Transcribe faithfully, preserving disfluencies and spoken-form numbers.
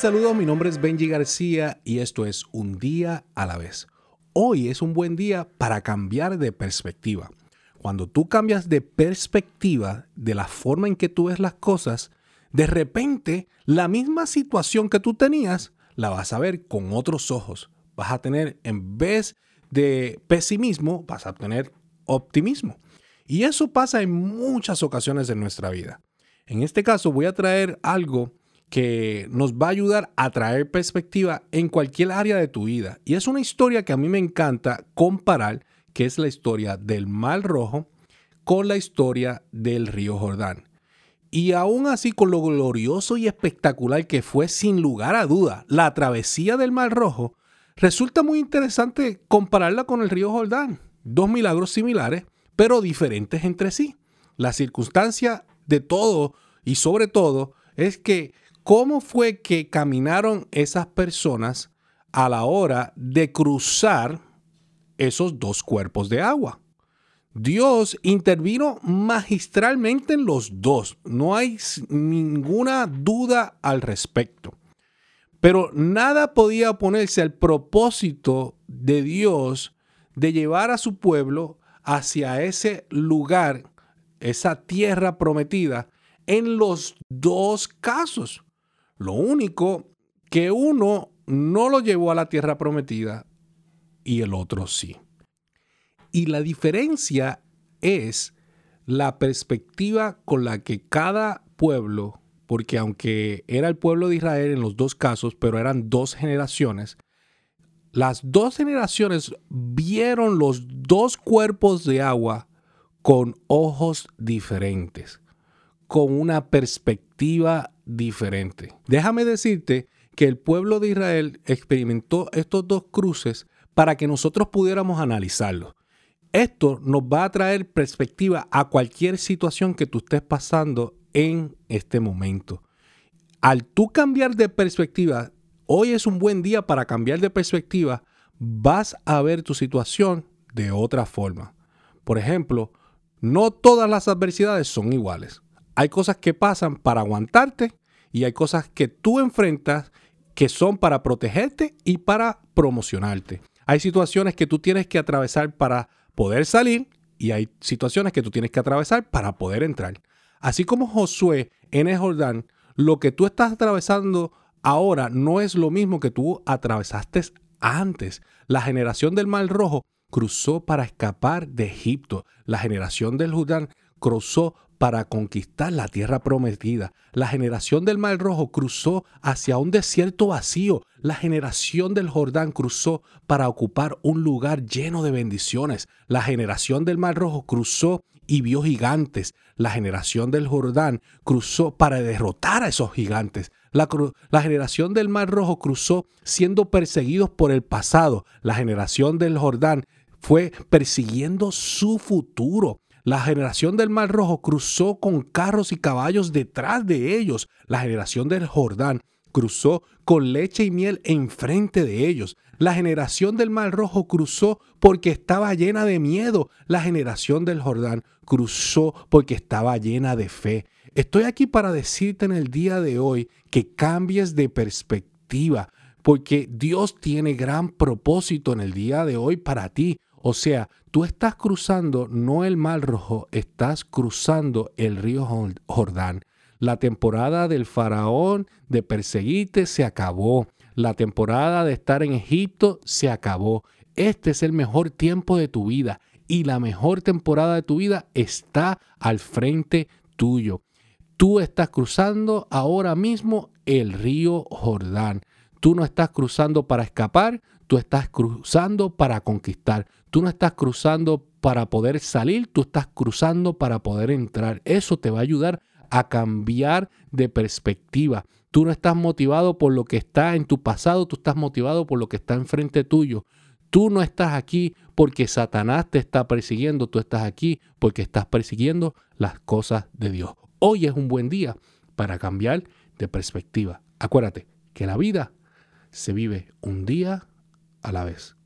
saludos, mi nombre es Benji García y esto es Un Día a la Vez. Hoy es un buen día para cambiar de perspectiva. Cuando tú cambias de perspectiva de la forma en que tú ves las cosas, de repente la misma situación que tú tenías la vas a ver con otros ojos. Vas a tener, en vez de pesimismo, vas a tener optimismo. Y eso pasa en muchas ocasiones en nuestra vida. En este caso voy a traer algo que nos va a ayudar a traer perspectiva en cualquier área de tu vida. Y es una historia que a mí me encanta comparar, que es la historia del Mar Rojo con la historia del río Jordán. Y aún así, con lo glorioso y espectacular que fue, sin lugar a duda, la travesía del Mar Rojo, resulta muy interesante compararla con el río Jordán. Dos milagros similares, pero diferentes entre sí. La circunstancia de todo y sobre todo es que cómo fue que caminaron esas personas a la hora de cruzar esos dos cuerpos de agua. Dios intervino magistralmente en los dos. No hay ninguna duda al respecto. Pero nada podía oponerse al propósito de Dios de llevar a su pueblo hacia ese lugar, esa tierra prometida, en los dos casos. Lo único que uno no lo llevó a la tierra prometida y el otro sí. Y la diferencia es la perspectiva con la que cada pueblo, porque aunque era el pueblo de Israel en los dos casos, pero eran dos generaciones, las dos generaciones vieron los dos cuerpos de agua con ojos diferentes, con una perspectiva diferente. Déjame decirte que el pueblo de Israel experimentó estos dos cruces para que nosotros pudiéramos analizarlos. Esto nos va a traer perspectiva a cualquier situación que tú estés pasando en este momento. Al tú cambiar de perspectiva, hoy es un buen día para cambiar de perspectiva, vas a ver tu situación de otra forma. Por ejemplo, no todas las adversidades son iguales. Hay cosas que pasan para aguantarte y hay cosas que tú enfrentas que son para protegerte y para promocionarte. Hay situaciones que tú tienes que atravesar para poder salir y hay situaciones que tú tienes que atravesar para poder entrar. Así como Josué en el Jordán, lo que tú estás atravesando ahora no es lo mismo que tú atravesaste antes. La generación del Mar Rojo cruzó para escapar de Egipto. La generación del Jordán cruzó para conquistar la tierra prometida. La generación del Mar Rojo cruzó hacia un desierto vacío. La generación del Jordán cruzó para ocupar un lugar lleno de bendiciones. La generación del Mar Rojo cruzó y vio gigantes. La generación del Jordán cruzó para derrotar a esos gigantes. La, la generación del Mar Rojo cruzó siendo perseguidos por el pasado. La generación del Jordán fue persiguiendo su futuro. La generación del Mar Rojo cruzó con carros y caballos detrás de ellos. La generación del Jordán cruzó con leche y miel enfrente de ellos. La generación del Mar Rojo cruzó porque estaba llena de miedo. La generación del Jordán cruzó porque estaba llena de fe. Estoy aquí para decirte en el día de hoy que cambies de perspectiva, porque Dios tiene gran propósito en el día de hoy para ti. O sea, tú estás cruzando no el Mar Rojo, estás cruzando el río Jordán. La temporada del faraón de perseguirte se acabó. La temporada de estar en Egipto se acabó. Este es el mejor tiempo de tu vida y la mejor temporada de tu vida está al frente tuyo. Tú estás cruzando ahora mismo el río Jordán. Tú no estás cruzando para escapar, tú estás cruzando para conquistar. Tú no estás cruzando para poder salir, tú estás cruzando para poder entrar. Eso te va a ayudar a cambiar de perspectiva. Tú no estás motivado por lo que está en tu pasado, tú estás motivado por lo que está enfrente tuyo. Tú no estás aquí porque Satanás te está persiguiendo, tú estás aquí porque estás persiguiendo las cosas de Dios. Hoy es un buen día para cambiar de perspectiva. Acuérdate que la vida se vive un día a la vez.